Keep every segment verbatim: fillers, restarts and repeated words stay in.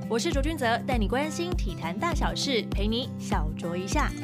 我是卓君泽，带你关心体坛大小事，陪你小酌一下。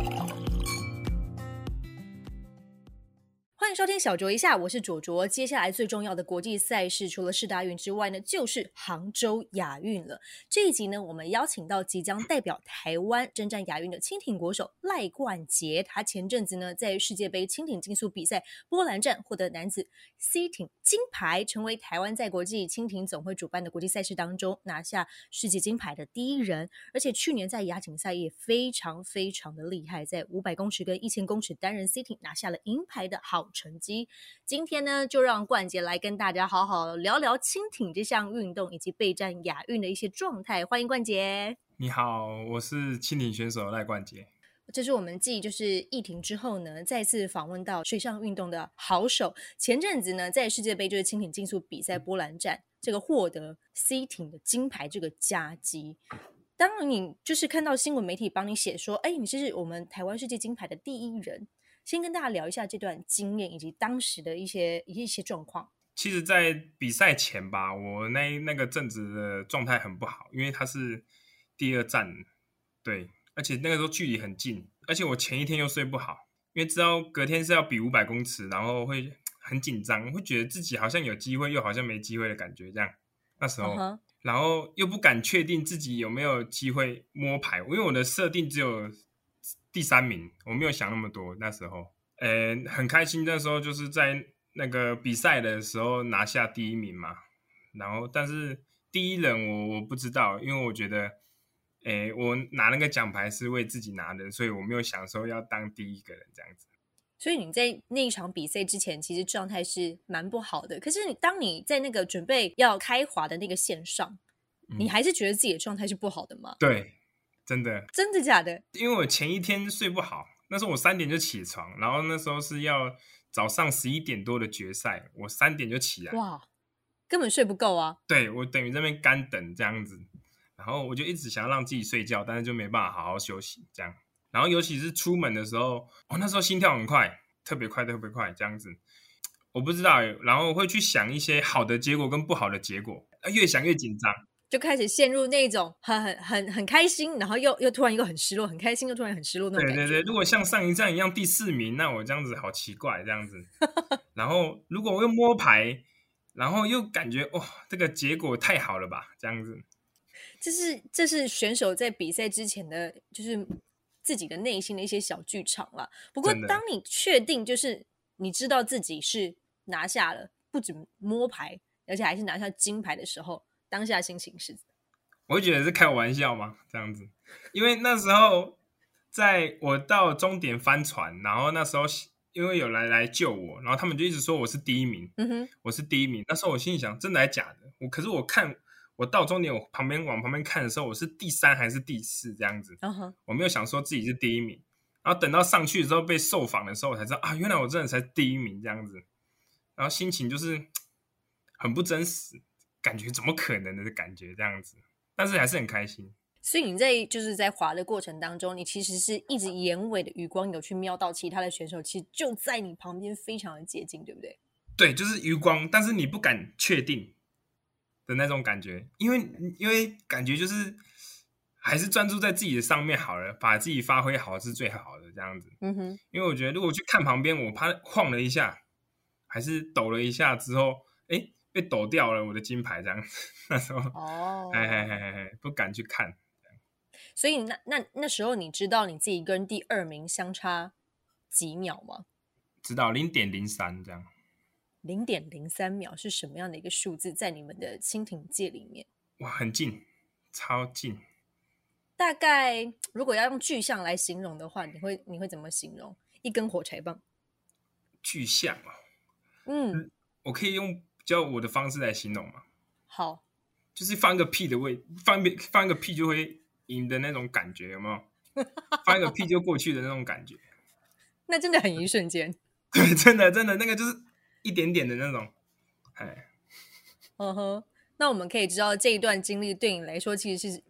欢迎收听小酌一下，我是卓卓。接下来最重要的国际赛事，除了世大运之外呢，就是杭州亚运了。这一集呢，我们邀请到即将代表台湾征战亚运的轻艇国手赖冠杰。他前阵子呢，在世界杯轻艇竞速比赛波兰站获得男子 C 艇金牌，成为台湾在国际轻艇总会主办的国际赛事当中拿下世界金牌的第一人。而且去年在亚锦赛也非常非常的厉害，在五百公尺跟一千公尺单人 C 艇拿下了银牌的好成绩。今天呢，就让冠杰来跟大家好好聊聊轻艇这项运动以及备战亚运的一些状态。欢迎冠杰。 你好，我是轻艇选手赖冠杰。 这是我们继就是疫情之后呢，再次访问到水上运动的好手。前阵子呢，在世界杯就是轻艇竞速比赛波兰站，这个获得 C 艇的金牌这个佳绩。当然你就是看到新闻媒体帮你写说，哎，你是我们台湾世界金牌的第一人。先跟大家聊一下这段经验以及当时的一些一些状况。 其实在比赛前吧，我那那个阵子的状态很不好，因为它是第二站，对，而且那个时候距离很近，而且我前一天又睡不好，因为知道隔天是要比五百公尺，然后会很紧张，会觉得自己好像有机会又好像没机会的感觉这样。那时候、uh-huh. 然后又不敢确定自己有没有机会摸牌，因为我的设定只有第三名，我没有想那么多。那时候，呃，很开心。那时候就是在那个比赛的时候拿下第一名嘛。然后，但是第一人我我不知道，因为我觉得，呃，我拿那个奖牌是为自己拿的，所以我没有想说要当第一个人这样子。 所以你在那一场比赛之前，其实状态是蛮不好的。可是你当你在那个准备要开滑的那个线上，嗯、你还是觉得自己的状态是不好的吗？ 对。真的真的假的？ 因为我前一天睡不好，那时候我三点就起床，然后那时候是要早上十一点多的决赛，我三点就起来， 哇，根本睡不够啊！ 对，我等于在那边干等这样子，然后我就一直想要让自己睡觉，但是就没办法好好休息这样。然后尤其是出门的时候，哦，那时候心跳很快，特别快，特别快这样子。我不知道，然后会去想一些好的结果跟不好的结果，越想越紧张。 就开始陷入那种很很很很开心，然后又又突然又很失落，很开心又突然很失落那种感觉。 对对对，如果像上一站一样第四名，那我这样子好奇怪这样子。然后如果我又摸牌，然后又感觉哇、哦，这个结果太好了吧，这样子。 这是这是选手在比赛之前的，就是自己的内心的一些小剧场啦。不过当你确定就是你知道自己是拿下了，不止摸牌，而且还是拿下金牌的时候。当下心情是， 我会觉得是开玩笑吗？这样子，因为那时候在我到终点翻船，然后那时候因为有人来救我，然后他们就一直说我是第一名， 嗯哼， 我是第一名。那时候我心里想，真的还假的？我可是我看我到终点，我旁边往旁边看的时候，我是第三还是第四这样子？ 嗯哼， 我没有想说自己是第一名。然后等到上去的时候被受访的时候，我才知道啊，原来我真的才是第一名这样子。然后心情就是很不真实。感觉怎么可能的感觉这样子，但是还是很开心。 所以你在就是在滑的过程当中，你其实是一直眼尾的余光有去瞄到其他的选手，其实就在你旁边非常的接近，对不对？ 对，就是余光，但是你不敢确定的那种感觉，因为因为感觉就是还是专注在自己的上面好了，把自己发挥好是最好的这样子。 嗯哼， 因为我觉得如果去看旁边，我怕晃了一下，还是抖了一下之后，哎。被抖掉了我的金牌，这样那时候哦， 嘿嘿嘿嘿，不敢去看。 所以那那那时候你知道你自己跟第二名相差几秒吗？ 知道零点零三这样。 零点零三秒是什么样的一个数字，在你们的轻艇界里面？ 哇，很近，超近。 大概如果要用具象来形容的话，你会你会怎么形容？一根火柴棒。 具象哦， 嗯， 我可以用。叫我的方式来形容嘛？ 好， 就是放一个屁的位，放一放一个屁就会赢的那种感觉，有没有？放一个屁就过去的那种感觉， 那真的很一瞬间。 对，真的真的那个就是一点点的那种，哎， 嗯哼。那我们可以知道这一段经历对你来说其实是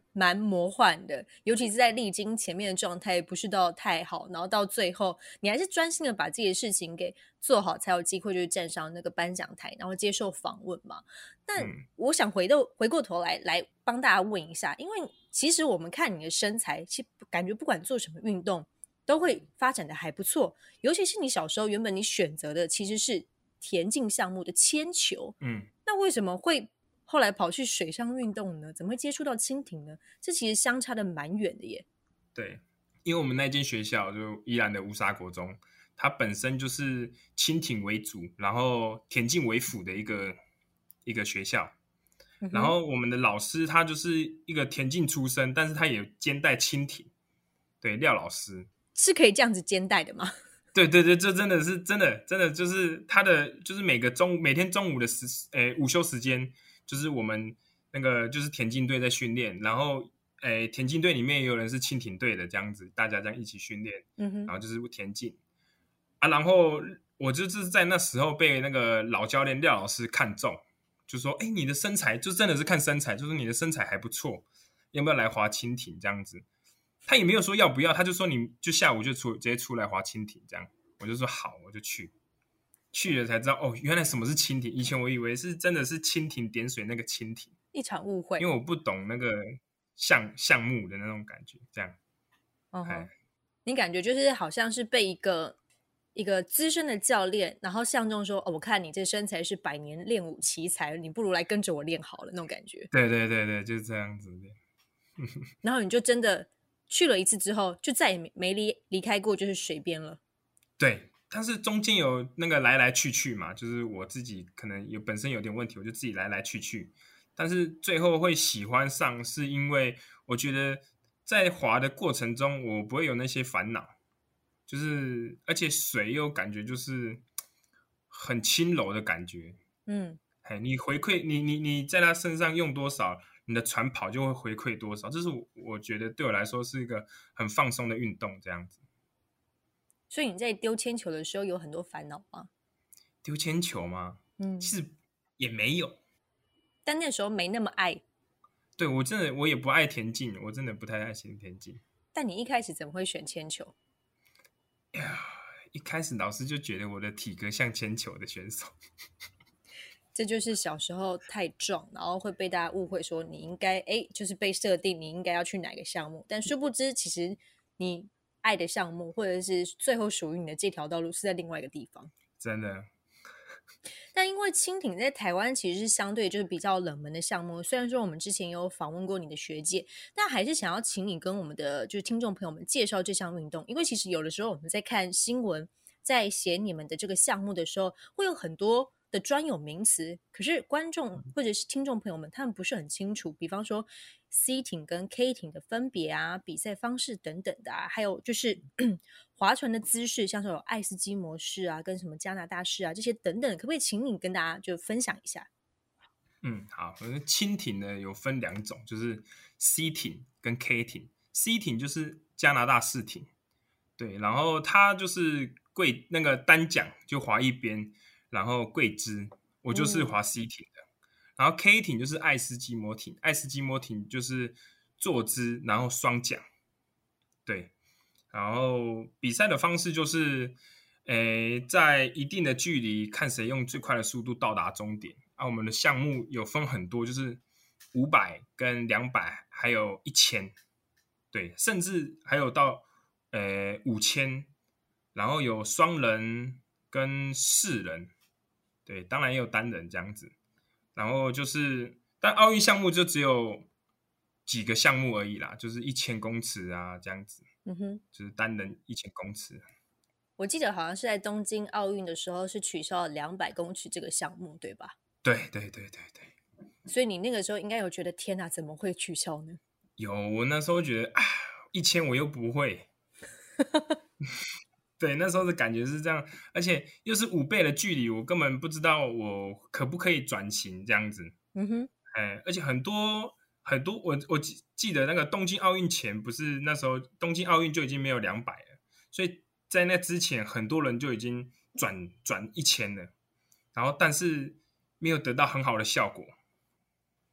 蛮魔幻的，尤其是在历经前面的状态不是到太好，然后到最后你还是专心的把自己的事情给做好，才有机会就是站上那个颁奖台，然后接受访问嘛。但嗯我想回到回过头来来帮大家问一下，因为其实我们看你的身材，其实感觉不管做什么运动都会发展的还不错，尤其是你小时候原本你选择的其实是田径项目的铅球， 嗯， 那为什么会后来跑去水上运动呢？怎么会接触到蜻蜓呢？这其实相差的蛮远的耶。 对，因为我们那间学校就宜兰的乌沙国中，它本身就是蜻蜓为主，然后田径为辅的一个一个学校。 嗯哼， 然后我们的老师他就是一个田径出身，但是他也兼带蜻蜓，对，廖老师。 是可以这样子兼带的吗？ 对对对，这真的是真的真的就是他的就是每个中每天中午的时诶午休时间，就是我们那个就是田径队在训练，然后诶田径队里面也有人是蜻蜓队的这样子，大家这样一起训练， 嗯哼， 然后就是田径啊，然后我就是在那时候被那个老教练廖老师看中，就说哎你的身材就真的是看身材，就是你的身材还不错，要不要来滑蜻蜓这样子？他也没有说要不要，他就说你就下午就出直接出来滑蜻蜓这样，我就说好，我就去，去了才知道哦，原来什么是蜻蜓。以前我以为是真的是蜻蜓点水那个蜻蜓， 一场误会。 因为我不懂那个项项目的那种感觉，这样。 嗯哼， 哎， 你感觉就是好像是被一个一个资深的教练，然后相中说：“哦，我看你这身材是百年练武奇才，你不如来跟着我练好了。”那种感觉。 对对对对，就是这样子的。 然后你就真的去了一次之后，就再也没没离离开过，就是水边了。 对，但是中间有那个来来去去嘛，就是我自己可能有本身有点问题，我就自己来来去去。但是最后会喜欢上，是因为我觉得在滑的过程中，我不会有那些烦恼，就是而且水又感觉就是很轻柔的感觉。 嗯， 哎，你回馈你你你在他身上用多少，你的船跑就会回馈多少，这是我我觉得对我来说是一个很放松的运动，这样子。 所以你在丢铅球的时候有很多烦恼吗？ 丢铅球吗？ 嗯， 其实也没有。 但那时候没那么爱。 对，我真的我也不爱田径，我真的不太爱田田径。 但你一开始怎么会选铅球？ 一开始老师就觉得我的体格像铅球的选手。 这就是小时候太壮，然后会被大家误会说你应该哎，就是被设定你应该要去哪个项目，但殊不知其实你爱的项目或者是最后属于你的这条道路是在另外一个地方。 真的。 但因为蜻蜓在台湾其实是相对就是比较冷门的项目，虽然说我们之前有访问过你的学姐，但还是想要请你跟我们的就是听众朋友们介绍这项运动，因为其实有的时候我们在看新闻，在写你们的这个项目的时候，会有很多的专有名词，可是观众或者是听众朋友们他们不是很清楚，比方说 C 艇跟 K 艇的分别啊，比赛方式等等的啊，还有就是划船的姿势，像是有爱斯基摩式啊，跟什么加拿大式啊这些等等，可不可以请你跟大家就分享一下？ 嗯，好，蜻蜓呢有分两种，就是 C 艇跟 K 艇。C 艇就是加拿大式艇，对，然后它就是跪那个单桨就划一边，然后跪姿，我就是划 C 艇的。嗯、然后 K 艇就是爱斯基摩艇，爱斯基摩艇就是坐姿，然后双桨，对。然后比赛的方式就是，诶，在一定的距离，看谁用最快的速度到达终点。啊，我们的项目有分很多，就是五百跟两百，还有一千，对，甚至还有到呃五千，然后有双人跟四人，对，当然也有单人这样子。然后就是，但奥运项目就只有几个项目而已啦，就是一千公尺啊这样子。 嗯哼， 就是单人一千公尺。 我记得好像是在东京奥运的时候是取消了两百公尺这个项目，对吧？ 对对对对对。 所以你那个时候应该有觉得天哪，怎么会取消呢？ 有，我那时候觉得啊，一千我又不会。对，那时候的感觉是这样，而且又是五倍的距离，我根本不知道我可不可以转型这样子。 嗯哼， 哎，而且很多很多，我我记得那个东京奥运前，不是那时候东京奥运就已经没有两百了，所以在那之前，很多人就已经转转一千了，然后但是没有得到很好的效果。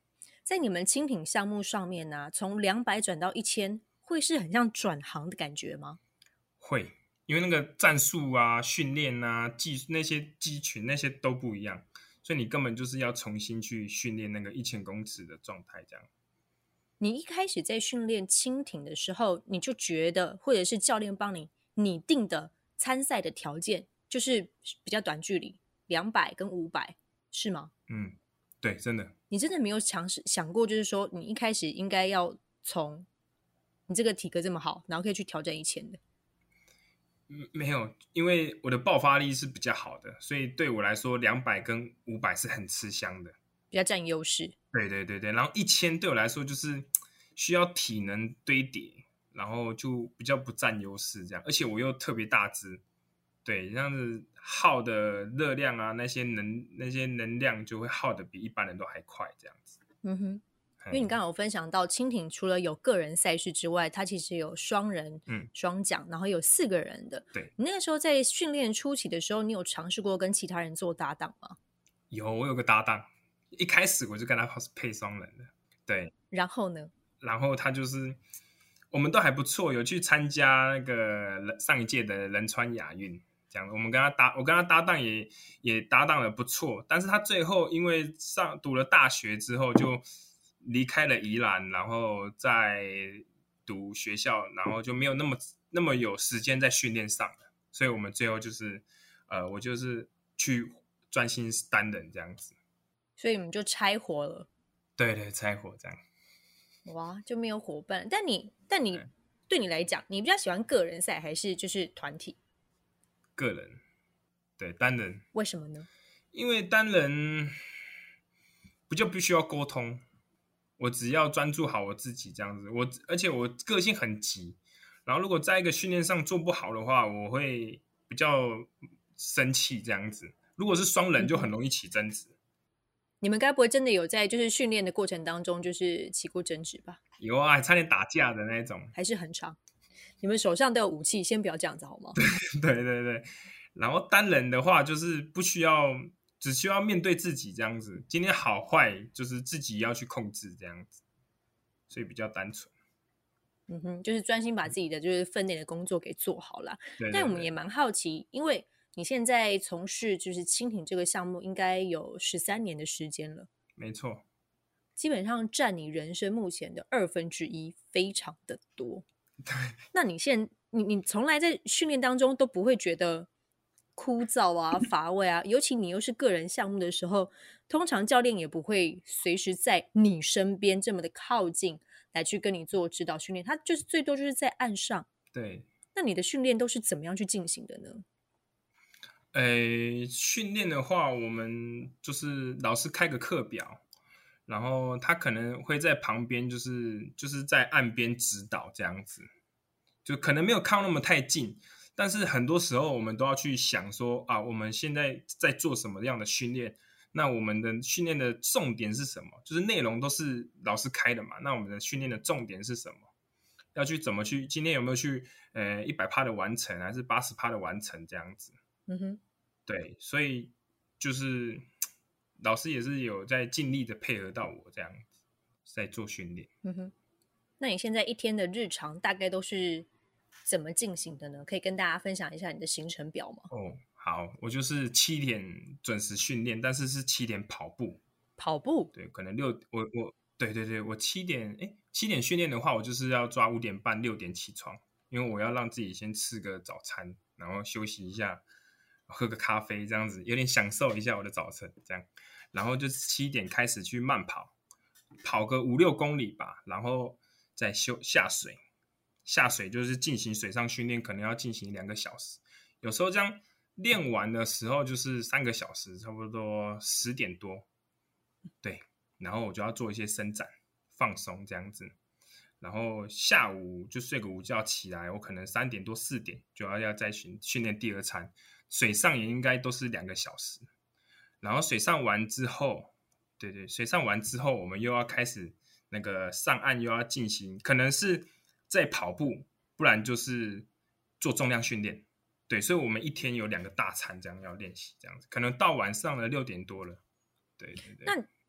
在你们轻艇项目上面呢、啊，从两百转到一千，会是很像转行的感觉吗？ 会，因为那个战术啊、训练啊、技那些肌群那些都不一样，所以你根本就是要重新去训练那个一千公尺的状态，这样。 你一开始在训练轻艇的时候，你就觉得，或者是教练帮你拟定的参赛的条件，就是比较短距离，两百跟五百，是吗？ 嗯，对，真的。 你真的没有尝试想过，就是说你一开始应该要从你这个体格这么好，然后可以去挑战一千的。 嗯，没有，因为我的爆发力是比较好的，所以对我来说，两百跟五百是很吃香的， 比较占优势。 对对对对，然后一千对我来说就是需要体能堆叠，然后就比较不占优势这样，而且我又特别大只，对，这样子耗的热量啊，那些能那些能量就会耗的比一般人都还快，这样子。 嗯哼。因为你刚刚有分享到轻艇除了有个人赛事之外，它其实有双人、 嗯， 双桨，然后有四个人的。 对， 你那个时候在训练初期的时候，你有尝试过跟其他人做搭档吗？ 有，我有个搭档，一开始我就跟他配双人的，对。 然后呢？ 然后他就是我们都还不错，有去参加那个上一届的仁川亚运。这样，我们跟他搭，我跟他搭档也也搭档的不错，但是他最后因为上读了大学之后就离开了宜兰，然后在读学校，然后就没有那么那么有时间在训练上了，所以我们最后就是呃，我就是去专心单人这样子， 所以你们就拆伙了。 对对，拆伙这样。 哇，就没有伙伴。但你，但你对你来讲，你比较喜欢个人赛还是就是团体？ 个人，对，单人。 为什么呢？ 因为单人不就必须要沟通，我只要专注好我自己这样子。我而且我个性很急，然后如果在一个训练上做不好的话，我会比较生气这样子。如果是双人，就很容易起争执。嗯、 你们该不会真的有在就是训练的过程当中就是起过争执吧？ 有啊，还差点打架的那种， 还是很长。你们手上都有武器，先不要这样子好吗？ 对对对对。然后单人的话，就是不需要，只需要面对自己这样子。今天好坏就是自己要去控制这样子，所以比较单纯。 嗯哼，就是专心把自己的就是分内的工作给做好啦。 对对对。 但我们也蛮好奇，因为你现在从事就是轻艇这个项目，应该有十三年的时间了。 没错。 基本上占你人生目前的二分之一，非常的多。 对。 那你现你你从来在训练当中都不会觉得枯燥啊、乏味啊，尤其你又是个人项目的时候，通常教练也不会随时在你身边这么的靠近来去跟你做指导训练，他就是最多就是在岸上。 对。 那你的训练都是怎么样去进行的呢？ 呃，训练的话，我们就是老师开个课表，然后他可能会在旁边，就是就是在岸边指导这样子，就可能没有靠那么太近，但是很多时候我们都要去想说啊，我们现在在做什么样的训练？那我们的训练的重点是什么？就是内容都是老师开的嘛，那我们的训练的重点是什么？要去怎么去？今天有没有去呃一百趴的完成，还是八十趴的完成这样子？ 嗯哼， 对，所以就是老师也是有在尽力的配合到我这样子在做训练。 嗯哼，那你现在一天的日常大概都是怎么进行的呢？可以跟大家分享一下你的行程表吗？ 哦，好，我就是七点准时训练，但是是七点跑步。 跑步？ 对，可能六我我对对对，我七点哎七点训练的话，我就是要抓五点半六点起床，因为我要让自己先吃个早餐，然后休息一下，喝个咖啡，这样子有点享受一下我的早晨，这样，然后就七点开始去慢跑，跑个五六公里吧，然后再休下水。下水就是进行水上训练，可能要进行两个小时，有时候这样练完的时候就是三个小时，差不多十点多，对，然后我就要做一些伸展、放松这样子，然后下午就睡个午觉起来，我可能三点多四点就要要再训训练第二餐，水上也应该都是两个小时，然后水上完之后，对对，水上完之后，我们又要开始那个上岸又要进行，可能是在跑步，不然就是做重量训练。对，所以我们一天有两个大餐这样要练习，这样子，可能到晚上的六点多了。对对对。 那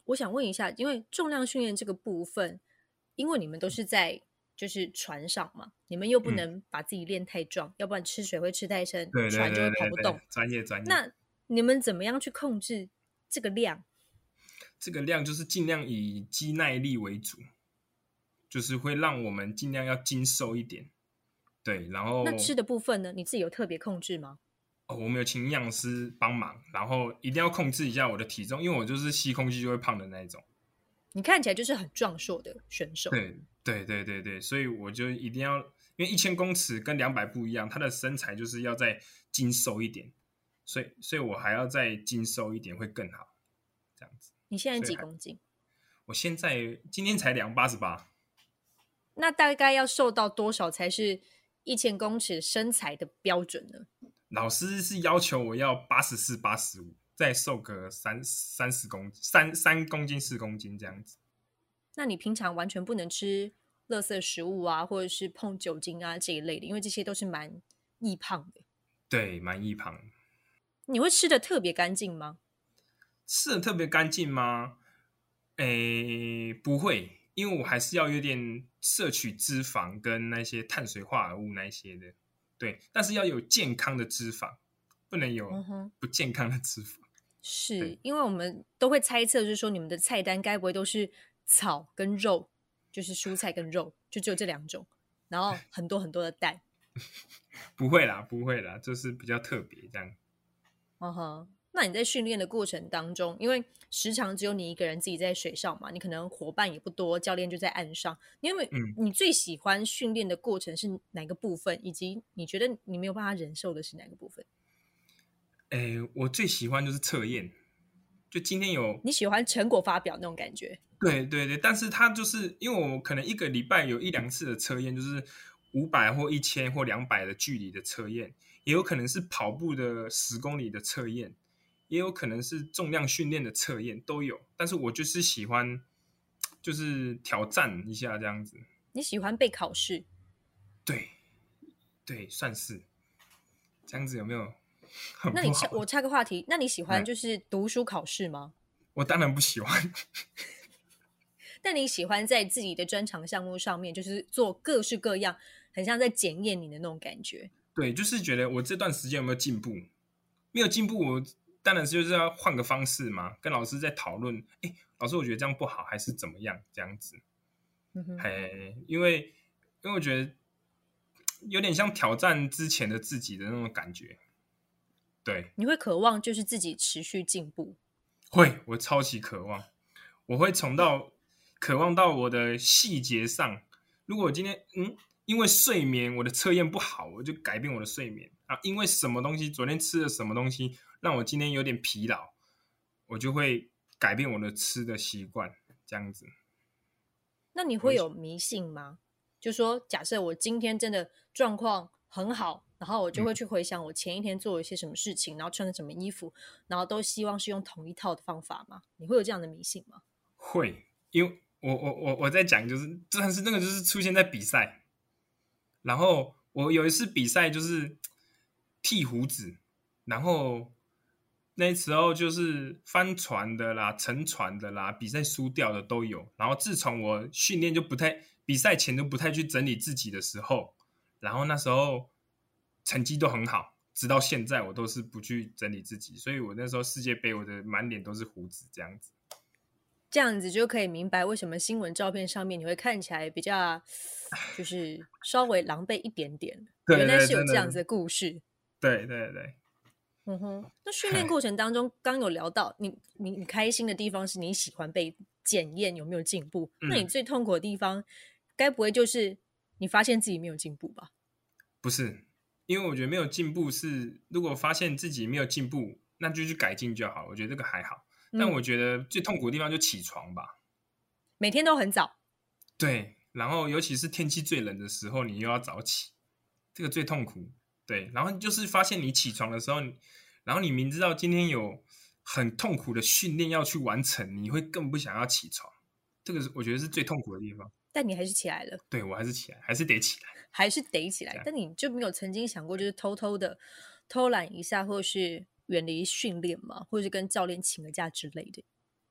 我想问一下，因为重量训练这个部分，因为你们都是在就是船上嘛，你们又不嗯， 能把自己练太壮，要不然吃水会吃太深， 对对船就会对对对， 跑不动。 专业专业。 那你们怎么样去控制这个量？ 这个量就是尽量以肌耐力为主，就是会让我们尽量要精瘦一点。对，然后那吃的部分呢？你自己有特别控制吗？ 哦，我们有请营养师帮忙，然后一定要控制一下我的体重，因为我就是吸空气就会胖的那一种。 你看起来就是很壮硕的选手。 对对对对对，所以我就一定要，因为一千公尺跟两百不一样，他的身材就是要再精瘦一点，所以所以我还要再精瘦一点会更好，这样子。 你现在所以还几公斤？ 我现在今天才量八十八， 那大概要瘦到多少才是一千公尺身材的标准呢？ 老师是要求我要八十四、八十五，再瘦个三三十公三三公斤、四公斤这样子。 那你平常完全不能吃垃圾食物啊，或者是碰酒精啊这一类的，因为这些都是蛮易胖的。 对，蛮易胖的。 你会吃的特别干净吗？ 吃的特别干净吗？诶，不会，因为我还是要有点摄取脂肪跟那些碳水化合物那些的，对，但是要有健康的脂肪，不能有嗯哼， 不健康的脂肪。 是因为我们都会猜测，就是说你们的菜单该不会都是草跟肉，就是蔬菜跟肉，就只有这两种，然后很多很多的蛋。 不会啦，不会啦，就是比较特别这样。 嗯哼，那你在训练的过程当中，因为时常只有你一个人自己在水上嘛，你可能伙伴也不多，教练就在岸上。你有没有嗯， 你最喜欢训练的过程是哪个部分，以及你觉得你没有办法忍受的是哪个部分？ 诶，我最喜欢就是测验，就今天有你喜欢成果发表那种感觉？ 对对对，但是它就是因为我可能一个礼拜有一两次的测验，就是五百或一千或两百的距离的测验，也有可能是跑步的十公里的测验，也有可能是重量训练的测验，都有。但是我就是喜欢，就是挑战一下这样子。 你喜欢被考试？ 对对，算是这样子，有没有很那不好？ 你插我插个话题，那你喜欢哎， 就是读书考试吗？ 我当然不喜欢。 但你喜欢在自己的专长项目上面，就是做各式各样，很像在检验你的那种感觉。 对，就是觉得我这段时间有没有进步？没有进步，我当然是就是要换个方式嘛，跟老师在讨论。哎，老师，我觉得这样不好，还是怎么样？这样子， 嗯哼， 嘿，因为因为我觉得有点像挑战之前的自己的那种感觉。对， 你会渴望就是自己持续进步。 会，我超级渴望，我会从到渴望到我的细节上。如果我今天嗯，因为睡眠我的测验不好，我就改变我的睡眠啊。因为什么东西，昨天吃了什么东西，让我今天有点疲劳，我就会改变我的吃的习惯，这样子。 那你会有迷信吗？就说假设我今天真的状况很好，然后我就嗯， 会去回想我前一天做了一些什么事情，然后穿的什么衣服，然后都希望是用同一套的方法吗？你会有这样的迷信吗？ 会，因为我我我我在讲，就是但是那个就是出现在比赛，然后我有一次比赛就是剃胡子，然后那时候就是翻船的啦、沉船的啦，比赛输掉的都有。然后自从我训练就不太，比赛前都不太去整理自己的时候，然后那时候成绩都很好，直到现在我都是不去整理自己，所以我那时候世界杯我的满脸都是胡子这样子。 这样子就可以明白为什么新闻照片上面你会看起来比较就是稍微狼狈一点点， 对对， 原来是有真的， 这样子的故事。 对对对。 嗯哼，那训练过程当中，刚有聊到你你你开心的地方是你喜欢被检验有没有进步，那你嗯， 最痛苦的地方，该不会就是你发现自己没有进步吧？ 不是，因为我觉得没有进步是，如果发现自己没有进步，那就去改进就好。我觉得这个还好，但我嗯， 觉得最痛苦的地方就起床吧。 每天都很早， 对，然后尤其是天气最冷的时候，你又要早起，这个最痛苦。对，然后就是发现你起床的时候，然后你明知道今天有很痛苦的训练要去完成，你会更不想要起床。这个是我觉得是最痛苦的地方。 但你还是起来了， 对，我还是起来，还是得起来。 还是得起来， 这样但你就没有曾经想过，就是偷偷的偷懒一下，或是远离训练嘛，或是跟教练请个假之类的？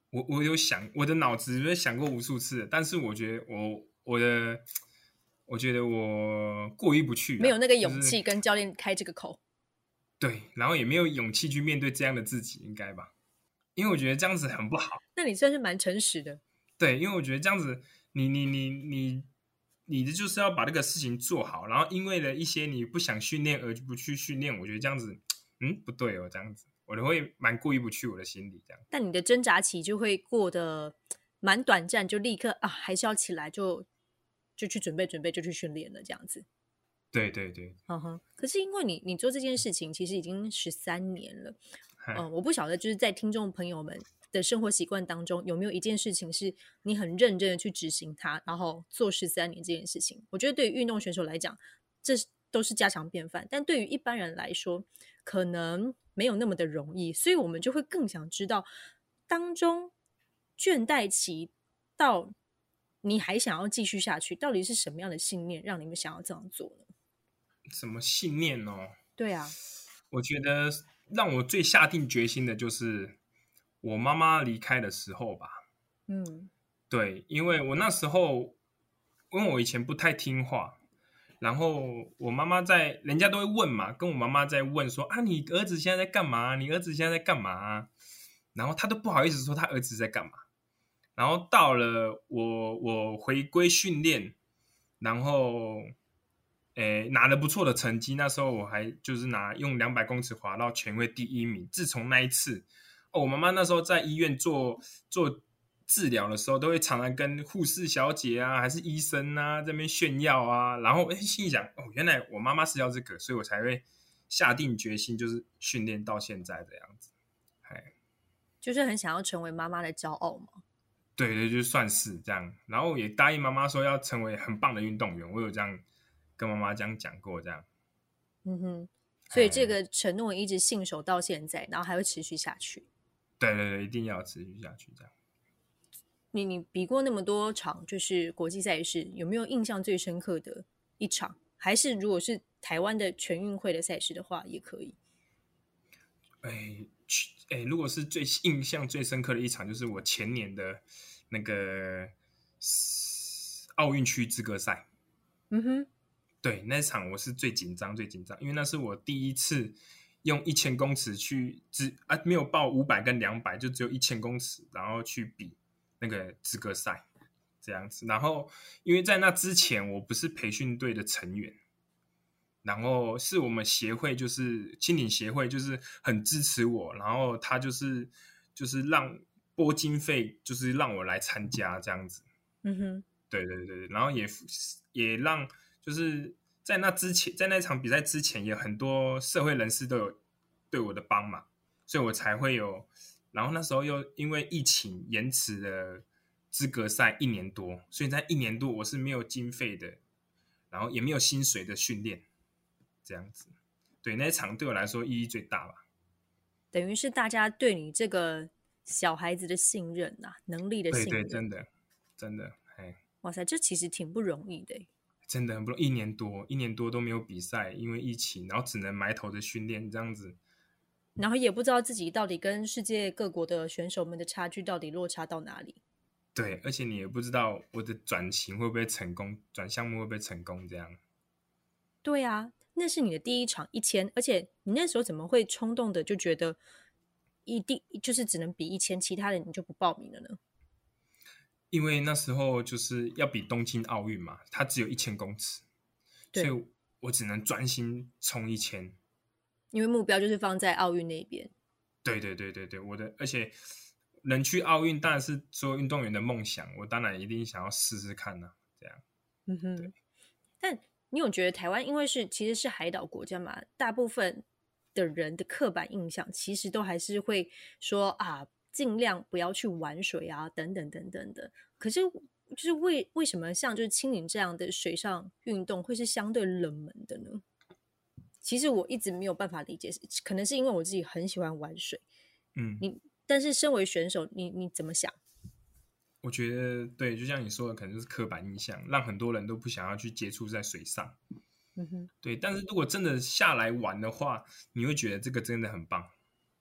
我我有想，我的脑子有想过无数次，但是我觉得我我的，我觉得我过意不去、啊， 没有那个就是勇气跟教练开这个口。 对，然后也没有勇气去面对这样的自己，应该吧？因为我觉得这样子很不好。 那你算是蛮诚实的。 对，因为我觉得这样子，你你你你你的就是要把这个事情做好，然后因为了一些你不想训练而不去训练，我觉得这样子，嗯，不对哦，这样子我都会蛮过意不去我的心里这样。 但你的挣扎期就会过得蛮短暂，就立刻啊，还是要起来就就去准备准备，就去训练了这样子。 对对对， 嗯哼。可是因为你你做这件事情其实已经十三年了，嗯、 嗨呃，我不晓得就是在听众朋友们的生活习惯当中，有没有一件事情是你很认真的去执行它，然后做十三年这件事情。我觉得对于运动选手来讲，这都是家常便饭，但对于一般人来说，可能没有那么的容易，所以我们就会更想知道当中倦怠期到你还想要继续下去，到底是什么样的信念让你们想要这样做呢？ 什么信念哦？ 对啊。 我觉得让我最下定决心的就是我妈妈离开的时候吧。 嗯对，因为我那时候，因为我以前不太听话，然后我妈妈在，人家都会问嘛，跟我妈妈在问说啊，你儿子现在在干嘛？你儿子现在在干嘛？然后他都不好意思说他儿子在干嘛。然后到了我我回归训练，然后诶拿了不错的成绩，那时候我还就是拿用两百公尺滑到全会第一名。自从那一次，哦，我妈妈那时候在医院做做治疗的时候，都会常常跟护士小姐啊，还是医生啊这边炫耀啊，然后诶心里想，哦，原来我妈妈是要这个，所以我才会下定决心，就是训练到现在的样子。哎， 就是很想要成为妈妈的骄傲嘛。 对对，就算是这样。然后也答应妈妈说要成为很棒的运动员，我有这样跟妈妈这样讲过，这样。 嗯哼。所以这个承诺一直信守到现在，然后还会持续下去。 对对对，一定要持续下去，这样。 你你比过那么多场就是国际赛事，有没有印象最深刻的一场？还是如果是台湾的全运会的赛事的话，也可以。 哎哎，如果是最印象最深刻的一场，就是我前年的那个奥运区资格赛。 嗯哼。 对，那场我是最紧张最紧张，因为那是我第一次用一千公尺去只啊没有报五百跟两百，就只有一千公尺，然后去比那个资格赛这样子。然后因为在那之前我不是培训队的成员，然后是我们协会，就是青岭协会，就是很支持我，然后他就是就是让拨经费，就是让我来参加这样子。 嗯哼。 对对对，然后也也让就是在那之前，在那场比赛之前，也有很多社会人士都有对我的帮忙，所以我才会有。然后那时候又因为疫情延迟了资格赛一年多，所以在一年多我是没有经费的，然后也没有薪水的训练，这样子。对，那一场对我来说意义最大吧。 等于是大家对你这个小孩子的信任啊，能力的信任。 对对，真的真的，哎， 哇塞，这其实挺不容易的。 真的很不容易，一年多一年多都没有比赛，因为疫情，然后只能埋头的训练这样子。 然后也不知道自己到底跟世界各国的选手们的差距到底落差到哪里。 对，而且你也不知道我的转型会不会成功，转项目会不会成功，这样。 对啊，那是你的第一场一千，而且你那时候怎么会冲动的就觉得一定就是只能比一千，其他的你就不报名了呢？ 因为那时候就是要比东京奥运嘛，它只有一千公尺，所以我只能专心冲一千。 因为目标就是放在奥运那边。 对对对对对，我的，而且能去奥运当然是所有运动员的梦想，我当然一定想要试试看啊，这样。 嗯哼。但你有觉得台湾因为是其实是海岛国家嘛，大部分的人的刻板印象其实都还是会说啊，尽量不要去玩水啊，等等等等的。可是就是为为什么像就是青岭这样的水上运动会是相对冷门的呢？其实我一直没有办法理解，可能是因为我自己很喜欢玩水。 嗯， 你但是身为选手，你你怎么想？ 我觉得对，就像你说的，可能就是刻板印象，让很多人都不想要去接触在水上。 嗯哼。 对，但是如果真的下来玩的话，你会觉得这个真的很棒。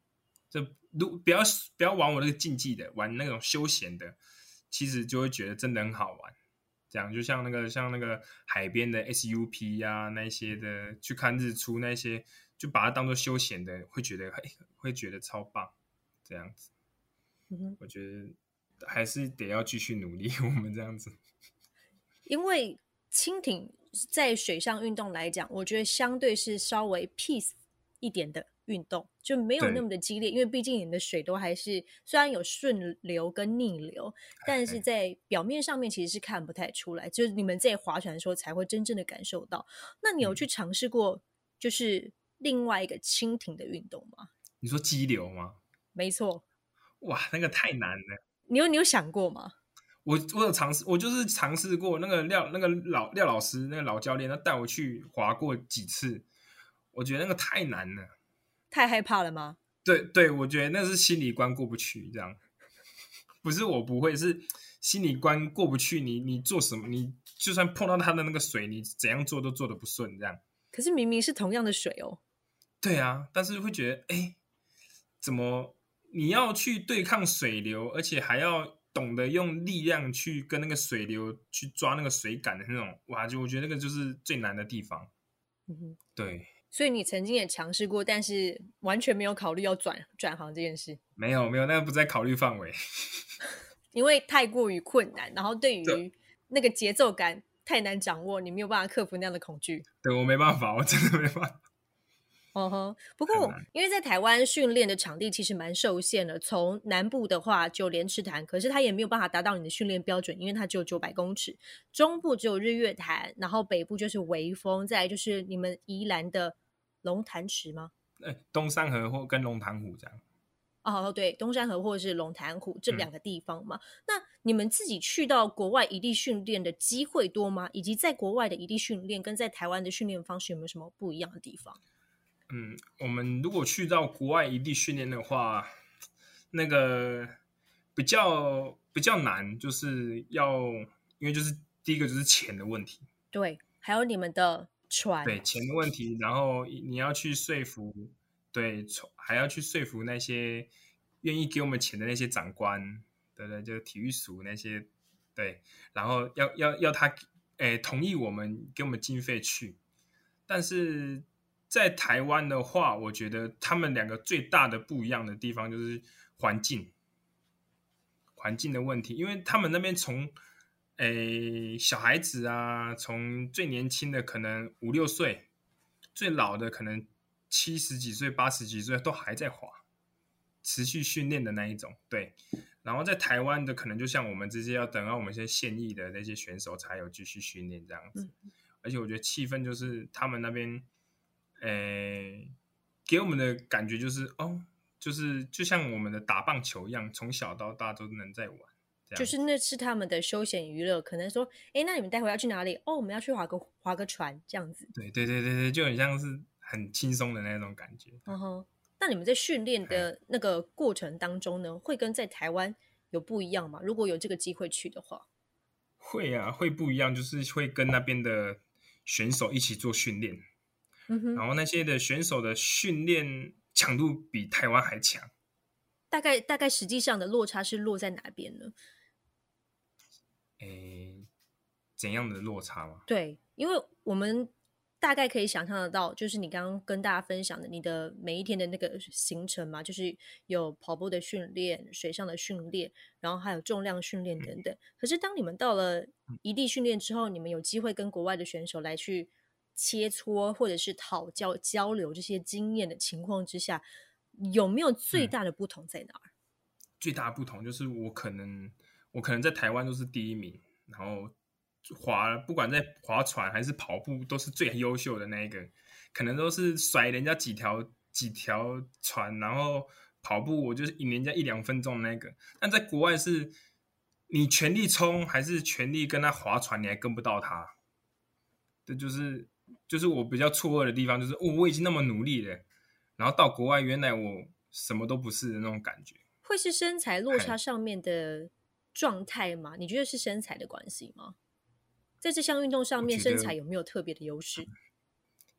就不要不要玩我那个竞技的，玩那种休闲的，其实就会觉得真的很好玩。这样就像那个像那个海边的 S U P 啊，那些的去看日出那些，就把它当做休闲的，会觉得会觉得超棒。这样子，嗯、我觉得还是得要继续努力。我们这样子， 因为轻艇在水上运动来讲，我觉得相对是稍微 peace 一点的运动，就没有那么的激烈，因为毕竟你的水都还是虽然有顺流跟逆流，但是在表面上面其实是看不太出来，就是你们在划船的时候才会真正的感受到。那你有去尝试过就是另外一个轻艇的运动吗？ 你说激流吗？ 没错。 哇，那个太难了。 你有你有想过吗？ 我我有尝试，我就是尝试过那个廖那个老廖老师那个老教练，他带我去滑过几次，我觉得那个太难了。 太害怕了吗？ 对对，我觉得那是心理关过不去，这样不是我不会，是心理关过不去。你你做什么，你就算碰到他的那个水，你怎样做都做得不顺，这样。 可是明明是同样的水哦。 对啊，但是会觉得，哎，怎么你要去对抗水流，而且还要懂得用力量去跟那个水流去抓那个水感的那种，哇！就我觉得那个就是最难的地方。嗯哼，对。 所以你曾经也尝试过，但是完全没有考虑要转转行这件事。 没有没有，那个不在考虑范围， 因为太过于困难，然后对于那个节奏感太难掌握，你没有办法克服那样的恐惧。 对，我没办法，我真的没办法。 哦呵，不过因为在台湾训练的场地其实蛮受限的，从南部的话就莲池潭，可是它也没有办法达到你的训练标准，因为它只有九百公尺。中部只有日月潭，然后北部就是微风，再来就是你们宜兰的龙潭池吗？ 东山河或跟龙潭湖这样。 哦，对，东山河或者是龙潭湖这两个地方嘛、嗯。那你们自己去到国外移地训练的机会多吗？以及在国外的移地训练跟在台湾的训练方式有没有什么不一样的地方？ 嗯，我们如果去到国外移地训练的话，那个比较比较难，就是要因为就是第一个就是钱的问题， 对，还有你们的船， 对钱的问题，然后你要去说服，对，还要去说服那些愿意给我们钱的那些长官，对对，就体育署那些，对，然后要要要他诶同意我们给我们经费去，但是。在台湾的话，我觉得他们两个最大的不一样的地方就是环境，环境的问题。因为他们那边从诶小孩子啊，从最年轻的可能五六岁，最老的可能七十几岁、八十几岁都还在滑，持续训练的那一种。对，然后在台湾的可能就像我们这些要等到我们这些现役的那些选手才有继续训练这样子。嗯、而且我觉得气氛就是他们那边。诶，给我们的感觉就是哦，就是就像我们的打棒球一样，从小到大都能在玩， 就是那是他们的休闲娱乐。可能说，哎，那你们待会要去哪里？哦，我们要去划个划个船，这样子。 对对对对对，就很像是很轻松的那种感觉。 嗯哼，那你们在训练的那个过程当中呢，会跟在台湾有不一样吗？如果有这个机会去的话， 会啊，会不一样，就是会跟那边的选手一起做训练。 嗯、 然后那些的选手的训练强度比台湾还强， 大概大概实际上的落差是落在哪边呢？ 诶，怎样的落差吗？ 对，因为我们大概可以想象得到，就是你刚刚跟大家分享的你的每一天的那个行程嘛，就是有跑步的训练、水上的训练，然后还有重量训练等等。嗯、可是当你们到了移地训练之后，你们有机会跟国外的选手来去切磋或者是讨教交流这些经验的情况之下，有没有最大的不同在哪儿？ 嗯、最大的不同就是我可能我可能在台湾都是第一名，然后滑不管在划船还是跑步都是最优秀的那一个，可能都是甩人家几条几条船，然后跑步我就是赢人家一两分钟的那个。但在国外是你全力冲还是全力跟他划船，你还跟不到他，这就是。就是我比较错愕的地方，就是、哦、我已经那么努力了，然后到国外，原来我什么都不是的那种感觉。 会是身材落差上面的状态吗？你觉得是身材的关系吗？在这项运动上面，身材有没有特别的优势？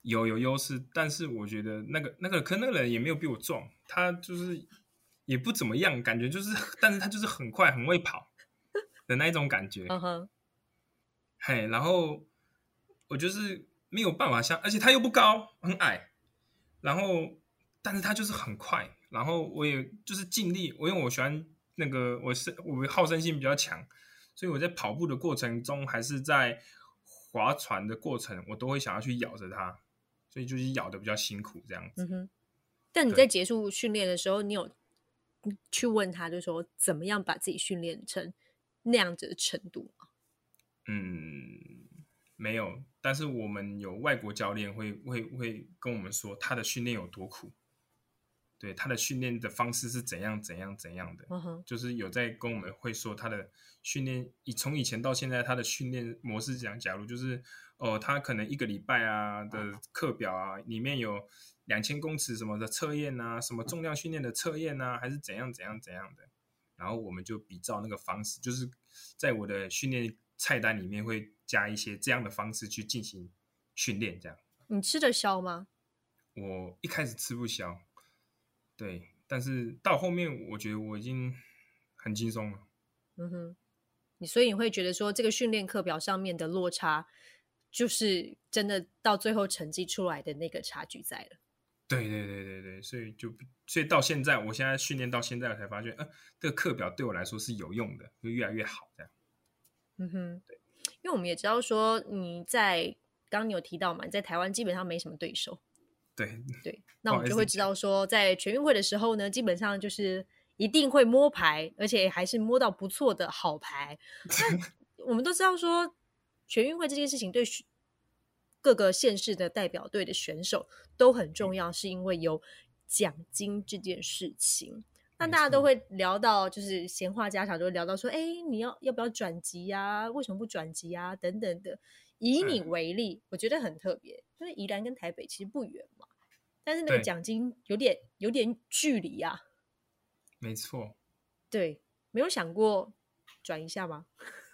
有有优势，但是我觉得那个那个可能那个人也没有比我壮，他就是也不怎么样，感觉就是，但是他就是很快很会跑的那一种感觉。 嗯哼， 嘿，然后我就是没有办法像，而且他又不高，很矮，然后但是他就是很快，然后我也就是尽力，我因为我喜欢那个我是我好胜心比较强，所以我在跑步的过程中还是在划船的过程，我都会想要去咬着它，所以就是咬的比较辛苦这样子。 嗯哼。但你在结束训练的时候，你有去问他，就说怎么样把自己训练成那样子的程度吗？ 嗯，没有，但是我们有外国教练会会会跟我们说他的训练有多苦，对他的训练的方式是怎样怎样怎样的， 嗯哼， 就是有在跟我们会说他的训练，以从以前到现在他的训练模式讲，假如就是哦，他可能一个礼拜啊的课表啊，里面有两千公尺什么的测验啊，什么重量训练的测验啊，还是怎样怎样怎样的，然后我们就比照那个方式，就是在我的训练菜单里面会加一些这样的方式去进行训练，这样。 你吃得消吗？ 我一开始吃不消，对，但是到后面我觉得我已经很轻松了。 嗯哼，你所以你会觉得说这个训练课表上面的落差，就是真的到最后成绩出来的那个差距在了。 对对对对对，所以就所以到现在，我现在训练到现在，我才发现，呃，这个课表对我来说是有用的，就越来越好这样。 嗯哼，因为我们也知道说你在刚刚你有提到嘛，你在台湾基本上没什么对手。 对对，那我们就会知道说，在全运会的时候呢，基本上就是一定会摸牌，而且还是摸到不错的好牌。那我们都知道说，全运会这件事情对各个县市的代表队的选手都很重要，是因为有奖金这件事情。那大家都会聊到，就是闲话家常，就会聊到说，哎，你要要不要转籍啊？为什么不转籍啊？等等的。以你为例，我觉得很特别，因为宜兰跟台北其实不远嘛，但是那个奖金有点有点距离啊。 没错。 对，没有想过转一下吗？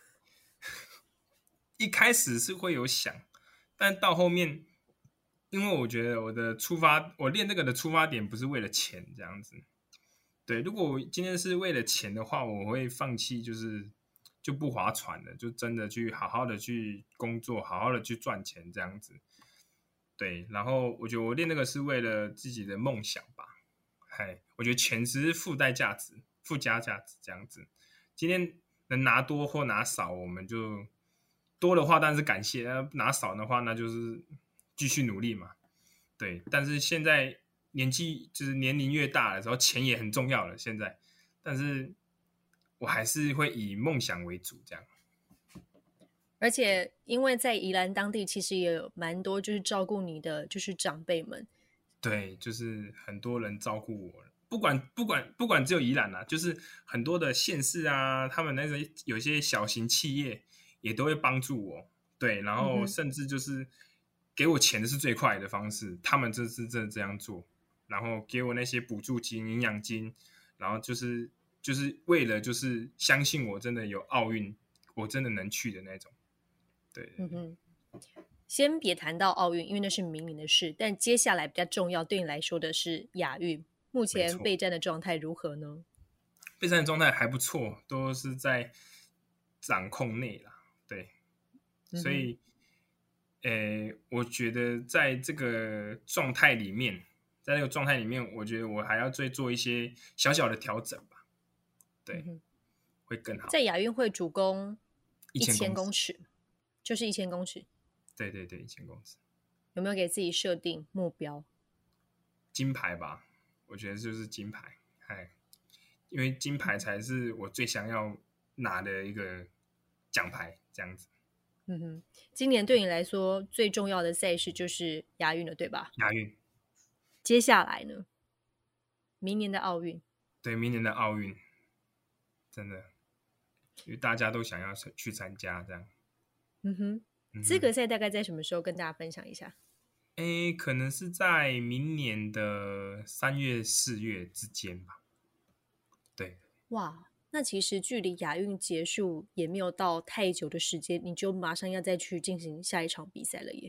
一开始是会有想，但到后面，因为我觉得我的出发，我练这个的出发点不是为了钱这样子。对，如果我今天是为了钱的话，我会放弃，就是就不划船了，就真的去好好的去工作，好好的去赚钱这样子。对，然后我觉得我练那个是为了自己的梦想吧。嗨，我觉得钱只是附带价值、附加价值这样子。今天能拿多或拿少，我们就多的话当然是感谢，拿少的话那就是继续努力嘛。对，但是现在年纪就是年龄越大的时候，钱也很重要了。现在，但是我还是会以梦想为主，这样。 而且，因为在宜兰当地，其实也有蛮多就是照顾你的，就是长辈们。 对，就是很多人照顾我，不管不管不管只有宜兰啊，就是很多的县市啊，他们那个有些小型企业也都会帮助我。对，然后甚至就是给我钱的是最快的方式，他们就是真的这样做，然后给我那些补助金、营养金，然后就是就是为了就是相信我真的有奥运，我真的能去的那种。对， 嗯哼，先别谈到奥运，因为那是明年的事。但接下来比较重要，对你来说的是亚运。目前备战的状态如何呢？ 备战的状态还不错，都是在掌控内啦。对，所以，呃、嗯，我觉得在这个状态里面，在那个状态里面，我觉得我还要再做一些小小的调整吧。对，嗯、会更好。 在亚运会主攻一千公尺，就是一千公尺。 对对对，一千公尺。 有没有给自己设定目标？ 金牌吧，我觉得就是金牌。哎，因为金牌才是我最想要拿的一个奖牌，这样子。 嗯哼，今年对你来说最重要的赛事就是亚运了，对吧？ 亚运。 接下来呢？明年的奥运。 对，明年的奥运，真的，因为大家都想要去参加，这样。 嗯哼，资格赛大概在什么时候跟大家分享一下？ 诶，可能是在明年的三月、四月之间吧。对， 哇，那其实距离亚运结束也没有到太久的时间，你就马上要再去进行下一场比赛了耶。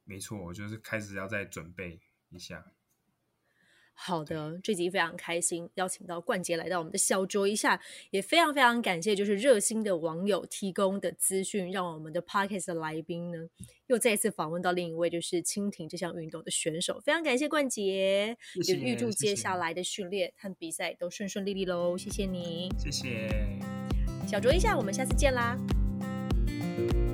没错，我就是开始要再准备一下。 好的，这集非常开心，邀请到冠杰来到我们的小酌一下，也非常非常感谢就是热心的网友提供的资讯，让我们的 Podcast 的来宾呢又再一次访问到另一位就是蜻蜓这项运动的选手，非常感谢冠杰， 谢谢， 也预祝接下来的训练和比赛都顺顺利利咯，谢谢你， 谢谢。 小酌一下，我们下次见啦。